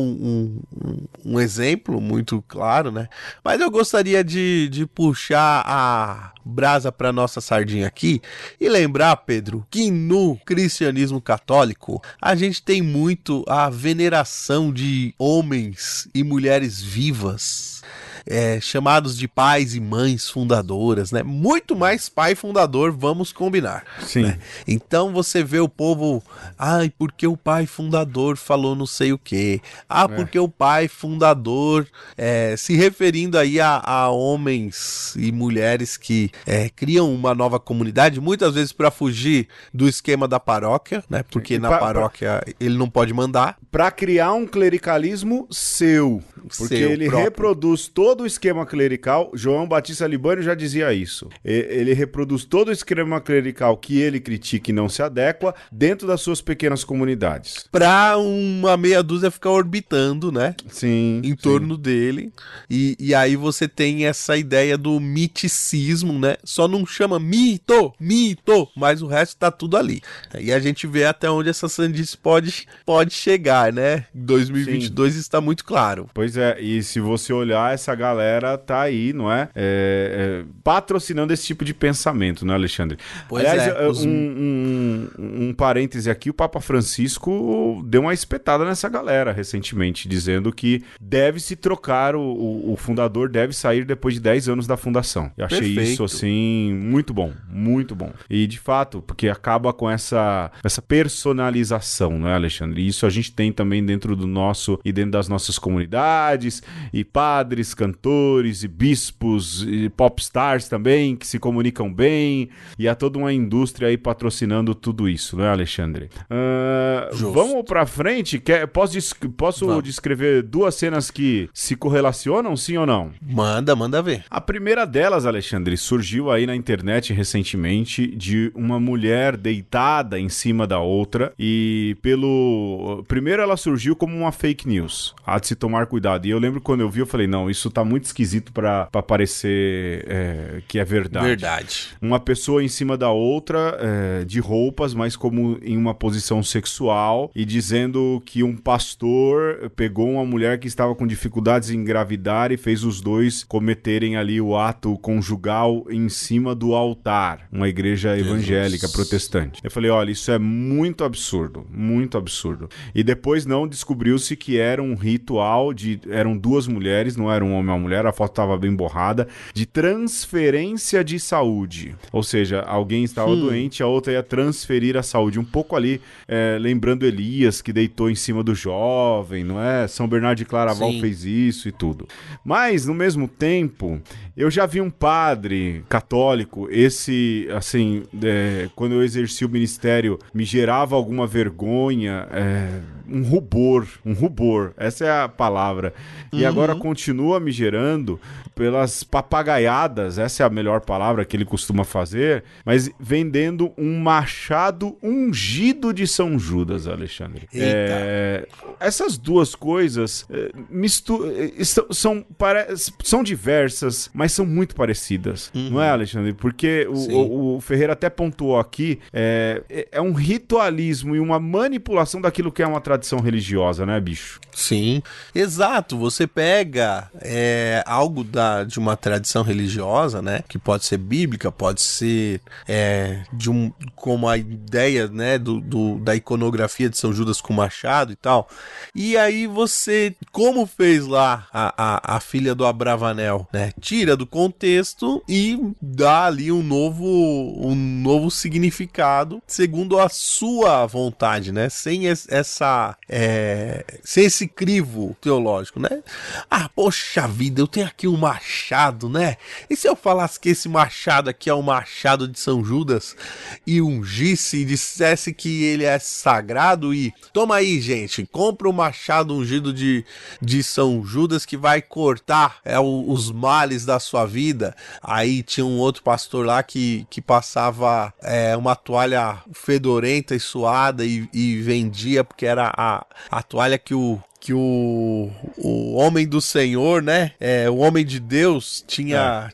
um exemplo muito claro, né? Mas eu gostaria de puxar a brasa para nossa sardinha aqui e lembrar, Pedro, que no cristianismo católico a gente tem muito a veneração de homens e mulheres vivas, chamados de pais e mães fundadoras, né? Muito mais pai fundador, vamos combinar. Sim. Né? Então você vê o povo, porque o pai fundador falou não sei o quê. Porque o pai fundador, se referindo aí a homens e mulheres que criam uma nova comunidade, muitas vezes para fugir do esquema da paróquia, né? Porque na paróquia ele não pode mandar. Para criar um clericalismo seu, porque ele próprio reproduz todo o esquema clerical. João Batista Libânio já dizia isso. Ele reproduz todo o esquema clerical que ele critica e não se adequa dentro das suas pequenas comunidades. Pra uma meia dúzia ficar orbitando, né? Sim. Em torno dele. E aí você tem essa ideia do miticismo, né? Só não chama mito, mas o resto tá tudo ali. E a gente vê até onde essa sandice pode chegar, né? 2022 sim. Está muito claro. Pois é, e se você olhar, essa galera tá aí, não é? Patrocinando esse tipo de pensamento, né, Alexandre? Pois aliás, um parêntese aqui, o Papa Francisco deu uma espetada nessa galera recentemente, dizendo que deve se trocar, o fundador deve sair depois de 10 anos da fundação. Eu achei Perfeito. Isso, assim, muito bom, muito bom. E, de fato, porque acaba com essa personalização, não é, Alexandre? E isso a gente tem também dentro do nosso e dentro das nossas comunidades, e padres, cantores, e bispos, e popstars também, que se comunicam bem, e há toda uma indústria aí patrocinando tudo isso, não é, Alexandre? Vamos pra frente? Posso descrever duas cenas que se correlacionam, sim ou não? Manda ver. A primeira delas, Alexandre, surgiu aí na internet recentemente, de uma mulher deitada em cima da outra, e primeiro ela surgiu como uma fake news, há de se tomar cuidado, e eu lembro quando eu vi, eu falei, não, isso tá muito esquisito pra parecer que é verdade. Uma pessoa em cima da outra, de roupas, mas como em uma posição sexual, e dizendo que um pastor pegou uma mulher que estava com dificuldades em engravidar e fez os dois cometerem ali o ato conjugal em cima do altar, uma igreja evangélica protestante. Eu falei, olha, isso é muito absurdo, muito absurdo. E depois descobriu-se que era um ritual eram duas mulheres, não era um homem e uma mulher, a foto estava bem borrada, de transferência de saúde. Ou seja, alguém estava doente, a outra ia transferir a saúde. Um pouco ali, lembrando Elias, que deitou em cima do jovem, não é? São Bernardo de Claraval fez isso e tudo. Mas, no mesmo tempo, eu já vi um padre católico, quando eu exerci o ministério, me gerava alguma vergonha, um rubor, essa é a palavra. E agora continua me gerando pelas papagaiadas, essa é a melhor palavra que ele costuma fazer, mas vendendo um machado ungido de São Judas, Alexandre. Essas duas coisas são diversas, mas são muito parecidas, não é, Alexandre? Porque o Ferreira até pontuou aqui, é um ritualismo e uma manipulação daquilo que é uma tradição religiosa, né, bicho? Sim, exato. Você pega algo de uma tradição religiosa, né, que pode ser bíblica, pode ser como a ideia, né, da iconografia de São Judas com machado e tal. E aí você, como fez lá a filha do Abravanel, né, tira tira do contexto e dá ali um novo significado segundo a sua vontade, né? Sem esse crivo teológico, né? Ah, poxa vida, eu tenho aqui um machado, né? E se eu falasse que esse machado aqui é o machado de São Judas e ungisse e dissesse que ele é sagrado e toma aí, gente, compra o machado ungido de São Judas que vai cortar os males da sua vida. Aí tinha um outro pastor lá que passava uma toalha fedorenta e suada e vendia porque era a toalha que o homem do Senhor, né? O homem de Deus tinha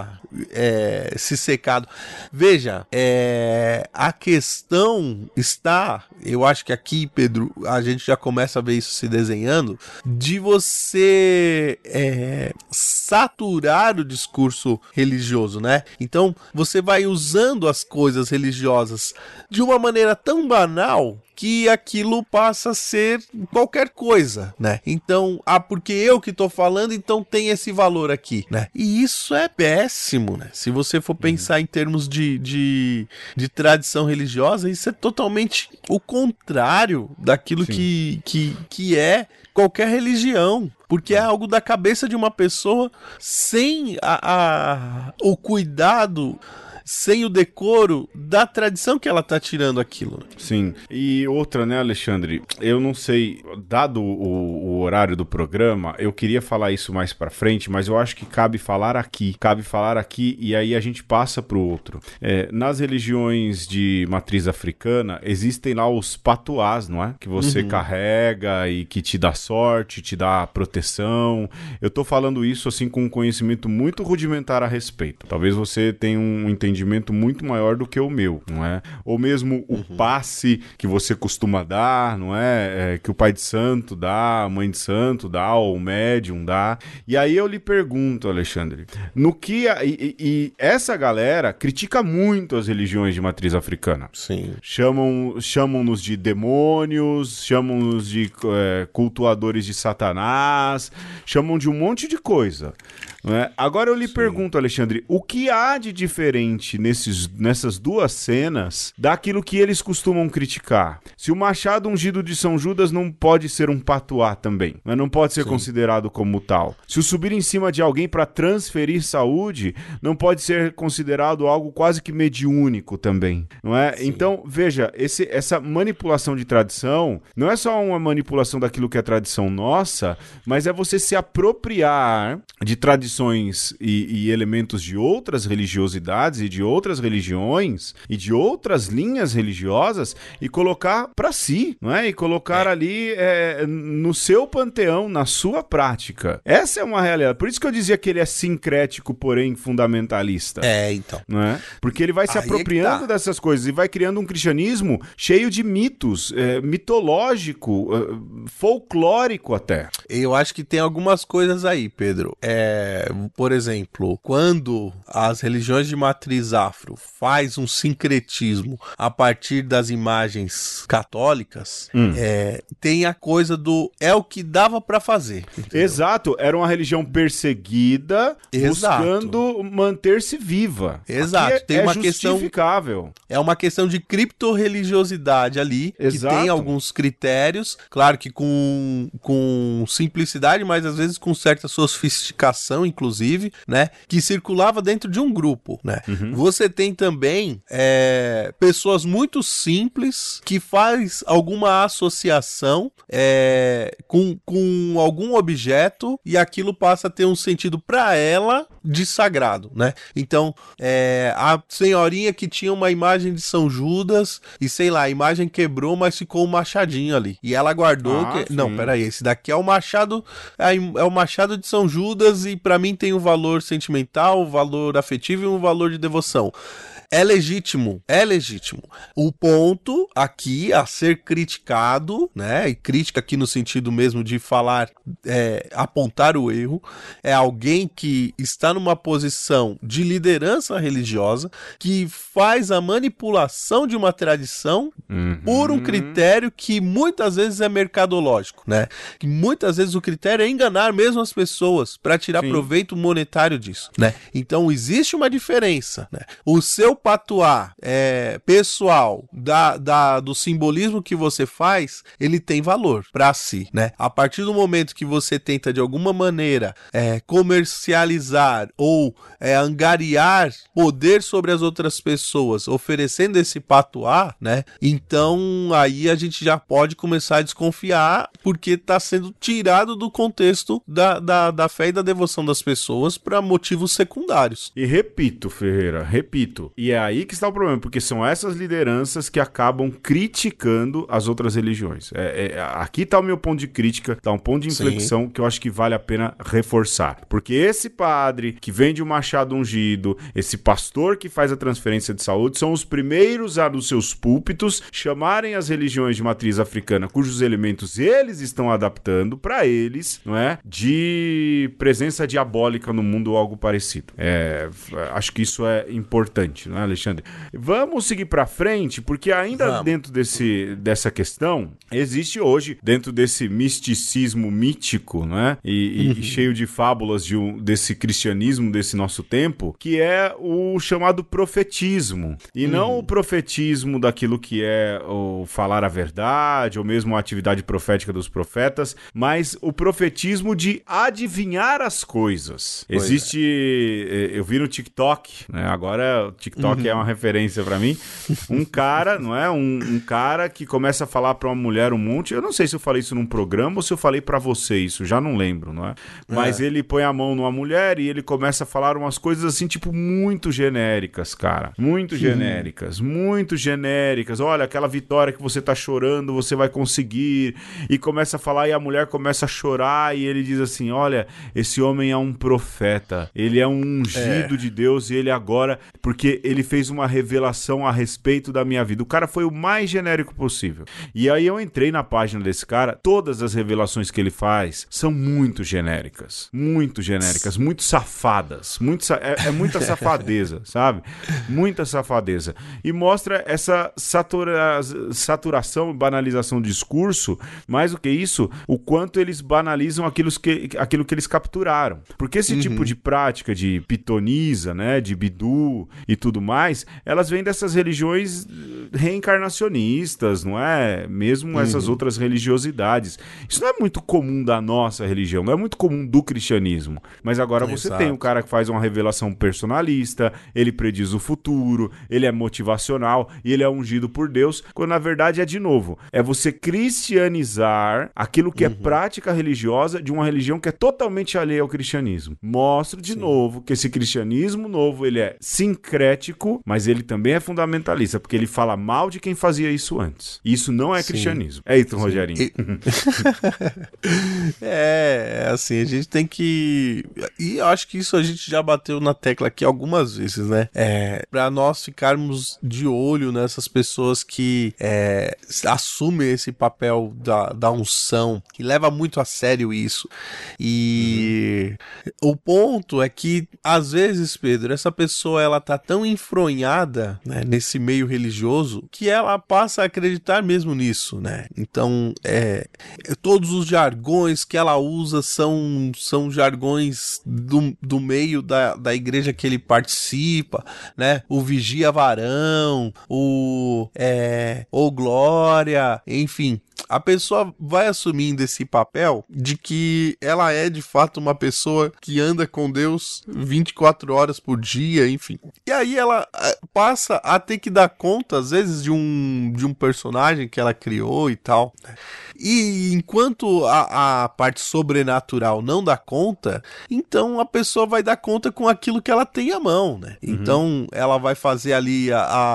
se secado. Veja, a questão está, eu acho que aqui, Pedro, a gente já começa a ver isso se desenhando, de você saturar o discurso religioso, né? Então, você vai usando as coisas religiosas de uma maneira tão banal que aquilo passa a ser qualquer coisa, né? Então, porque eu que tô falando, então tem esse valor aqui, né? E isso é péssimo, né? Se você for pensar em termos de tradição religiosa, isso é totalmente o contrário daquilo que é qualquer religião. Porque é algo da cabeça de uma pessoa sem o cuidado, sem o decoro da tradição que ela tá tirando aquilo. Sim. E outra, né, Alexandre? Eu não sei, dado o horário do programa, eu queria falar isso mais pra frente, mas eu acho que cabe falar aqui e aí a gente passa pro outro. Nas religiões de matriz africana, existem lá os patuás, não é? Que você carrega e que te dá sorte, te dá proteção. Eu tô falando isso assim com um conhecimento muito rudimentar a respeito. Talvez você tenha um entendimento muito maior do que o meu, não é? Ou mesmo o passe que você costuma dar, não é? Que o pai de santo dá, a mãe de santo dá, ou o médium dá. E aí eu lhe pergunto, Alexandre, no que... E essa galera critica muito as religiões de matriz africana. Sim. Chamam-nos de demônios, chamam-nos de cultuadores de Satanás, chamam de um monte de coisa. Não é? Agora eu lhe pergunto, Alexandre, o que há de diferente nessas duas cenas daquilo que eles costumam criticar? Se o machado ungido de São Judas não pode ser um patuá também, mas não pode ser considerado como tal. Se o subir em cima de alguém para transferir saúde não pode ser considerado algo quase que mediúnico também, não é? Sim. Então, veja, essa manipulação de tradição não é só uma manipulação daquilo que é tradição nossa, mas é você se apropriar de tradições e elementos de outras religiosidades e de outras religiões e de outras linhas religiosas e colocar para si, não é? E colocar ali no seu panteão, na sua prática. Essa é uma realidade. Por isso que eu dizia que ele é sincrético, porém fundamentalista. Então. Não é? Porque ele vai se apropriando dessas coisas e vai criando um cristianismo cheio de mitos, mitológico, folclórico até. Eu acho que tem algumas coisas aí, Pedro. Por exemplo, quando as religiões de matriz afro faz um sincretismo a partir das imagens católicas, tem a coisa do o que dava pra fazer. Entendeu? Exato, era uma religião perseguida, buscando manter-se viva. Exato, tem uma justificável. É uma questão de criptorreligiosidade ali, que tem alguns critérios, claro que com simplicidade, mas às vezes com certa sofisticação, inclusive, né, que circulava dentro de um grupo, né. Você tem também pessoas muito simples que faz alguma associação com algum objeto e aquilo passa a ter um sentido para ela de sagrado, né. Então, a senhorinha que tinha uma imagem de São Judas e sei lá, a imagem quebrou, mas ficou um machadinho ali. E ela guardou não, peraí, esse daqui é o machado, é o machado de São Judas e para mim tem um valor sentimental, um valor afetivo e um valor de devoção. É legítimo. O ponto aqui a ser criticado, né, e crítica aqui no sentido mesmo de falar, apontar o erro, é alguém que está numa posição de liderança religiosa, que faz a manipulação de uma tradição por um critério que muitas vezes é mercadológico, né? Que muitas vezes o critério é enganar mesmo as pessoas para tirar proveito monetário disso, né? Então existe uma diferença, né? O seu patuá pessoal do simbolismo que você faz, ele tem valor para si, né? A partir do momento que você tenta de alguma maneira comercializar ou angariar poder sobre as outras pessoas, oferecendo esse patuá, né? Então aí a gente já pode começar a desconfiar, porque está sendo tirado do contexto da fé e da devoção das pessoas para motivos secundários. E repito, Ferreira, e é aí que está o problema, porque são essas lideranças que acabam criticando as outras religiões. Aqui está o meu ponto de crítica, está um ponto de inflexão que eu acho que vale a pena reforçar. Porque esse padre que vende o machado ungido, esse pastor que faz a transferência de saúde, são os primeiros a, nos seus púlpitos, chamarem as religiões de matriz africana, cujos elementos eles estão adaptando para eles, não é? De presença diabólica no mundo ou algo parecido. Acho que isso é importante, não é, Alexandre? Vamos seguir para frente, porque ainda dentro dessa questão, existe hoje, dentro desse misticismo mítico, não é? E cheio de fábulas desse cristianismo desse nosso tempo, que é o chamado profetismo. E não o profetismo daquilo que é o falar a verdade, ou mesmo a atividade profética dos profetas, mas o profetismo de adivinhar as coisas. Existe, eu vi no TikTok, né? Agora o TikTok é uma referência pra mim, um cara, não é? Um cara que começa a falar pra uma mulher um monte, eu não sei se eu falei isso num programa ou se eu falei pra você isso, já não lembro, não é? Mas ele põe a mão numa mulher e ele começa a falar umas coisas assim, tipo, muito genéricas, cara. Muito genéricas. Olha, aquela vitória que você tá chorando, você vai conseguir. E começa a falar e a mulher começa a chorar e ele diz assim, olha, esse homem é um profeta, ele é um ungido de Deus e ele agora, porque ele fez uma revelação a respeito da minha vida. O cara foi o mais genérico possível. E aí eu entrei na página desse cara, todas as revelações que ele faz são muito genéricas, muito safadas, muita safadeza, sabe? Muita safadeza. E mostra essa saturação e banalização do discurso, mais do que isso, o quanto eles banalizam aquilo que eles capturaram. Porque esse tipo de prática de pitonisa, né, de bidu e tudo mais, elas vêm dessas religiões reencarnacionistas, não é? Mesmo essas outras religiosidades. Isso não é muito comum da nossa religião, não é muito comum do cristianismo. Mas agora você tem um cara que faz uma revelação personalista, ele prediz o futuro, ele é motivacional e ele é ungido por Deus, quando na verdade é, de novo, é você cristianizar aquilo que é prática religiosa de uma religião que é totalmente alheia ao cristianismo. Mostra de novo que esse cristianismo novo, ele é sincrético, mas ele também é fundamentalista, porque ele fala mal de quem fazia isso antes. Isso não é cristianismo. É isso, Rogerinho. Assim, a gente tem que... E eu acho que isso a gente já bateu na tecla aqui algumas vezes, né? Pra nós ficarmos de olho nessas pessoas que assumem esse papel da unção, que leva muito a sério isso. E o ponto é que, às vezes, Pedro, essa pessoa, ela tá tão enfronhada, né, nesse meio religioso, que ela passa a acreditar mesmo nisso, né? Então, todos os jargões que ela usa são jargões do meio da igreja que ele participa, né? O vigia varão, o glória, enfim. A pessoa vai assumindo esse papel de que ela é de fato uma pessoa que anda com Deus 24 horas por dia, enfim. E aí ela passa a ter que dar conta, às vezes, de um personagem que ela criou e tal. E enquanto a a parte sobrenatural não dá conta, então a pessoa vai dar conta com aquilo que ela tem à mão, né? Então ela vai fazer ali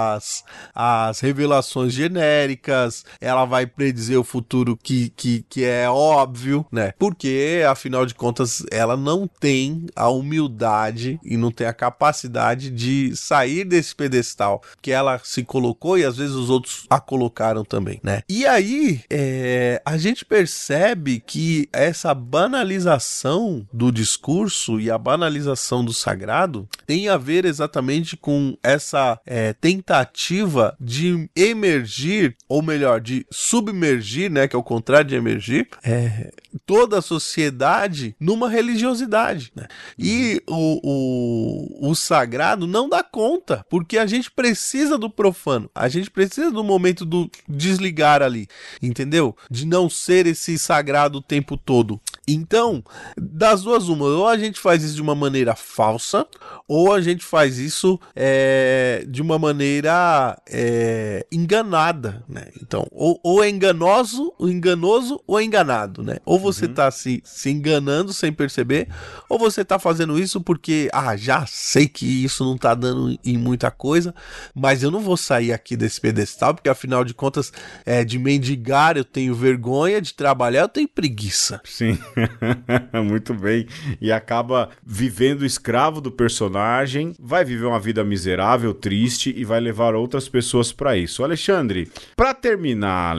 as revelações genéricas, ela vai predizer o futuro que é óbvio, né? Porque, afinal de contas, ela não tem a humildade e não tem a capacidade de sair desse pedestal que ela se colocou e às vezes os outros a colocaram também, né? E aí, a gente percebe que essa banalização do discurso e a banalização do sagrado tem a ver exatamente com essa tentativa de emergir, ou melhor, de submergir, né, que é o contrário de emergir, toda a sociedade numa religiosidade, né? E o sagrado não dá conta, porque a gente precisa do profano, a gente precisa do momento do desligar ali, entendeu? De não ser esse sagrado o tempo todo. Então, das duas uma, ou a gente faz isso de uma maneira falsa, ou a gente faz isso de uma maneira enganada, né? Então, ou é enganoso ou é enganado, né? Ou você tá se enganando sem perceber, ou você tá fazendo isso porque, já sei que isso não tá dando em muita coisa, mas eu não vou sair aqui desse pedestal, porque afinal de contas, de mendigar eu tenho vergonha, de trabalhar eu tenho preguiça. Sim. Muito bem. E acaba vivendo escravo do personagem, vai viver uma vida miserável, triste e vai levar outras pessoas para isso. Alexandre, para terminar,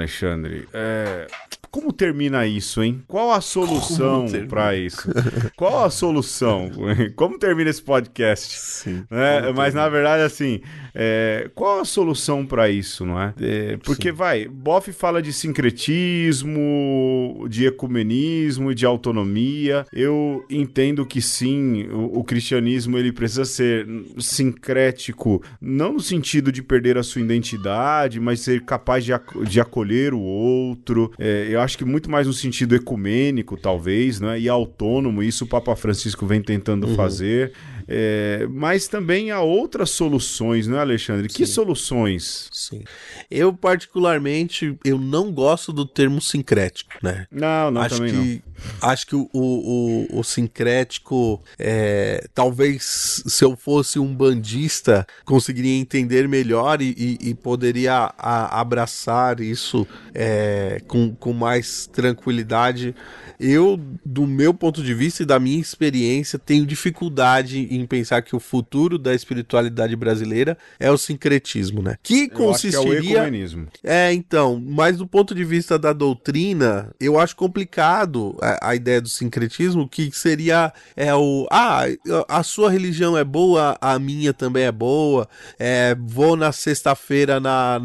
como termina isso, hein? Qual a solução para isso? Qual a solução? Como termina esse podcast? Sim. Mas, na verdade, assim, qual a solução para isso, não é? Porque, Boff fala de sincretismo, de ecumenismo e de autonomia. Eu entendo que, sim, o cristianismo ele precisa ser sincrético, não no sentido de perder a sua identidade, mas ser capaz de acolher o outro. Eu acho que muito mais no sentido ecumênico, talvez, né? E autônomo, isso o Papa Francisco vem tentando fazer. Mas também há outras soluções, não é, Alexandre? Sim. Que soluções? Sim. Eu, particularmente, eu não gosto do termo sincrético, né? Não, também não. Acho que o sincrético, talvez se eu fosse um bandista, conseguiria entender melhor e poderia abraçar isso com mais tranquilidade. Eu, do meu ponto de vista e da minha experiência, tenho dificuldade em pensar que o futuro da espiritualidade brasileira é o sincretismo, né? Que consistiria... Eu acho que é o ecumenismo. Então, mas do ponto de vista da doutrina, eu acho complicado a ideia do sincretismo, que seria a sua religião é boa, a minha também é boa, vou na sexta-feira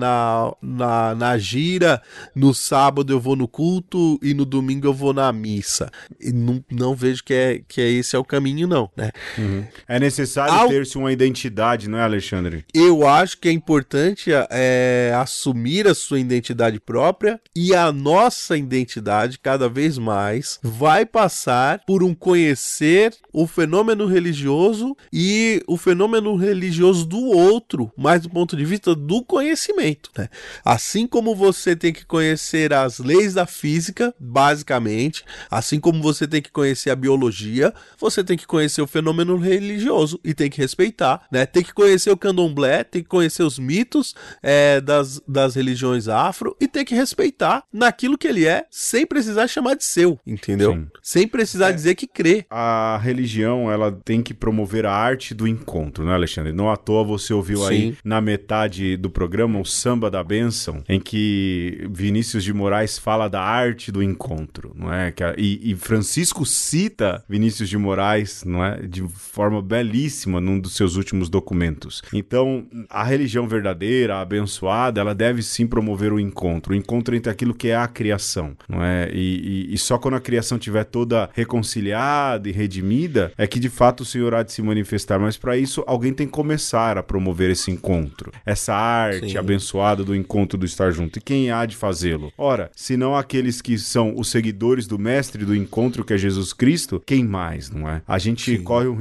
na gira, no sábado eu vou no culto e no domingo eu vou na missa. E não vejo que esse é o caminho, não, né? É necessário ter-se uma identidade, não é, Alexandre? Eu acho que é importante assumir a sua identidade própria, e a nossa identidade, cada vez mais, vai passar por um conhecer o fenômeno religioso e o fenômeno religioso do outro, mas do ponto de vista do conhecimento, né? Assim como você tem que conhecer as leis da física, basicamente, assim como você tem que conhecer a biologia, você tem que conhecer o fenômeno religioso e tem que respeitar, né? Tem que conhecer o candomblé, tem que conhecer os mitos das religiões afro e tem que respeitar naquilo que ele é, sem precisar chamar de seu, entendeu? Sim. Sem precisar dizer que crê. A religião, ela tem que promover a arte do encontro, né, Alexandre? Não à toa você ouviu aí na metade do programa o Samba da Bênção, em que Vinícius de Moraes fala da arte do encontro, não é? E Francisco cita Vinícius de Moraes, não é? De forma belíssima num dos seus últimos documentos. Então, a religião verdadeira, a abençoada, ela deve sim promover o encontro entre aquilo que é a criação, não é? E só quando a criação estiver toda reconciliada e redimida é que de fato o Senhor há de se manifestar, mas para isso alguém tem que começar a promover esse encontro, essa arte abençoada do encontro, do estar junto. E quem há de fazê-lo? Ora, se não aqueles que são os seguidores do mestre do encontro, que é Jesus Cristo, quem mais, não é? A gente corre um risco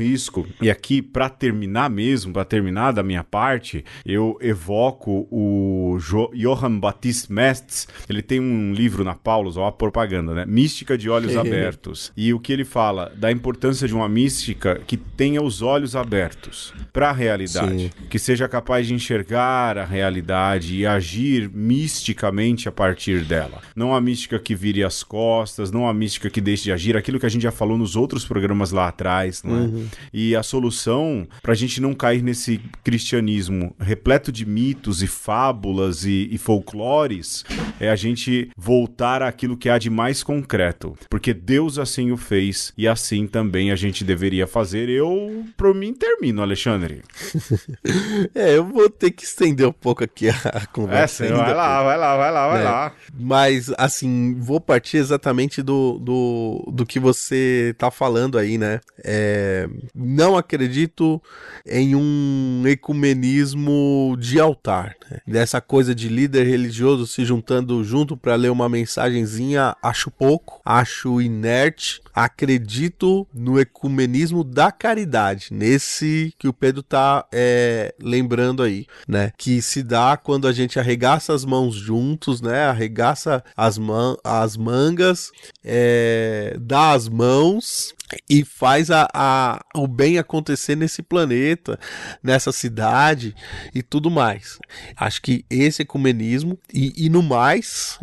muito, e aqui para terminar da minha parte, eu evoco o Johann Baptist Metz. Ele tem um livro na Paulus, ó, a propaganda, né? Mística de Olhos Abertos. E o que ele fala da importância de uma mística que tenha os olhos abertos para a realidade, que seja capaz de enxergar a realidade e agir misticamente a partir dela. Não a mística que vire as costas, não a mística que deixe de agir, aquilo que a gente já falou nos outros programas lá atrás, não é? E a solução pra gente não cair nesse cristianismo repleto de mitos e fábulas e folclores é a gente voltar àquilo que há de mais concreto, porque Deus assim o fez e assim também a gente deveria fazer. Eu, por mim, termino, Alexandre. Eu vou ter que estender um pouco aqui a conversa. Vai lá. Mas, assim, vou partir exatamente do que você tá falando aí, né? Não acredito em um ecumenismo de altar, né? Dessa coisa de líder religioso se juntando junto para ler uma mensagenzinha, acho pouco, acho inerte. Acredito no ecumenismo da caridade, nesse que o Pedro tá lembrando aí, né? Que se dá quando a gente arregaça as mãos juntos, né? Arregaça as mangas, dá as mãos e faz o bem acontecer nesse planeta, nessa cidade e tudo mais. Acho que esse ecumenismo e no mais,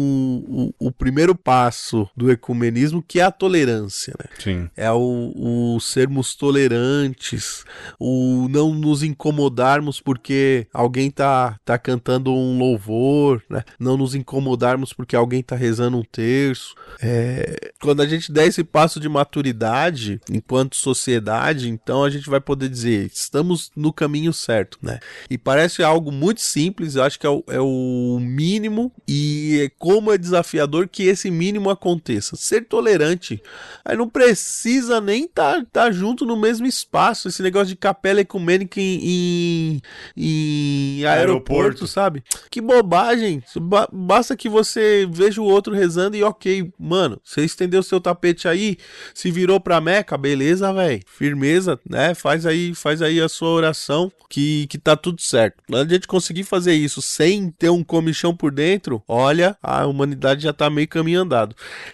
o primeiro passo do ecumenismo, que é a tolerância, né? Sim. É o sermos tolerantes, o não nos incomodarmos porque alguém tá cantando um louvor, né? Não nos incomodarmos porque alguém tá rezando um terço. Quando a gente der esse passo de maturidade enquanto sociedade, então a gente vai poder dizer, estamos no caminho certo, né? E parece algo muito simples, eu acho que é o mínimo, e como é desafiador que esse mínimo aconteça. Ser tolerante. Aí não precisa nem tá junto no mesmo espaço, esse negócio de capela ecumênica em aeroporto, sabe? Que bobagem. Basta que você veja o outro rezando e ok, mano, você estendeu o seu tapete aí, se virou pra Meca, beleza, velho, firmeza, né? Faz aí a sua oração que tá tudo certo. Quando a gente conseguir fazer isso sem ter um comichão por dentro, olha, a humanidade já tá meio caminho andado.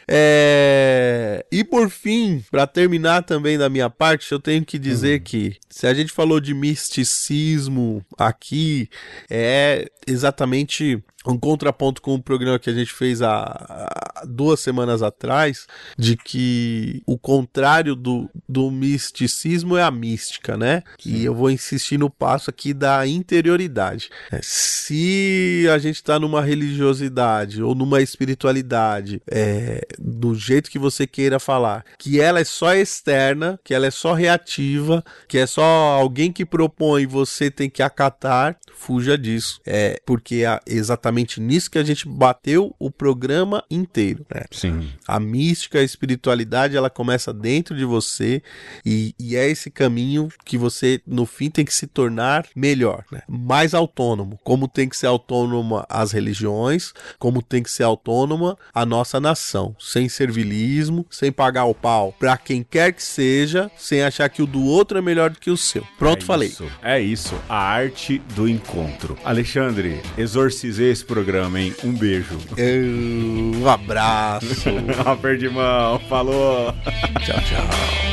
E por fim, pra terminar também da minha parte, eu tenho que dizer que se a gente falou de misticismo aqui, é exatamente um contraponto com o programa que a gente fez há 2 semanas atrás, de que o contrário do misticismo é a mística, né? Sim. E eu vou insistir no passo aqui da interioridade. Se a gente tá numa religiosidade ou numa espiritualidade, do jeito que você queira falar, que ela é só externa, que ela é só reativa, que é só alguém que propõe e você tem que acatar, fuja disso. Porque é exatamente nisso que a gente bateu o programa inteiro, né? Sim. A mística, a espiritualidade, ela começa dentro de você e é esse caminho que você, no fim, tem que se tornar melhor, né? Mais autônomo. Como tem que ser autônoma as religiões, como tem que ser autônoma a nossa nação. Sem servilismo, sem pagar o pau pra quem quer que seja, sem achar que o do outro é melhor do que o seu. Pronto, falei. É isso. A arte do encontro. Alexandre, exorcizei esse programa, hein? Um beijo. Um abraço. Aperto de mão. Falou. Tchau, tchau.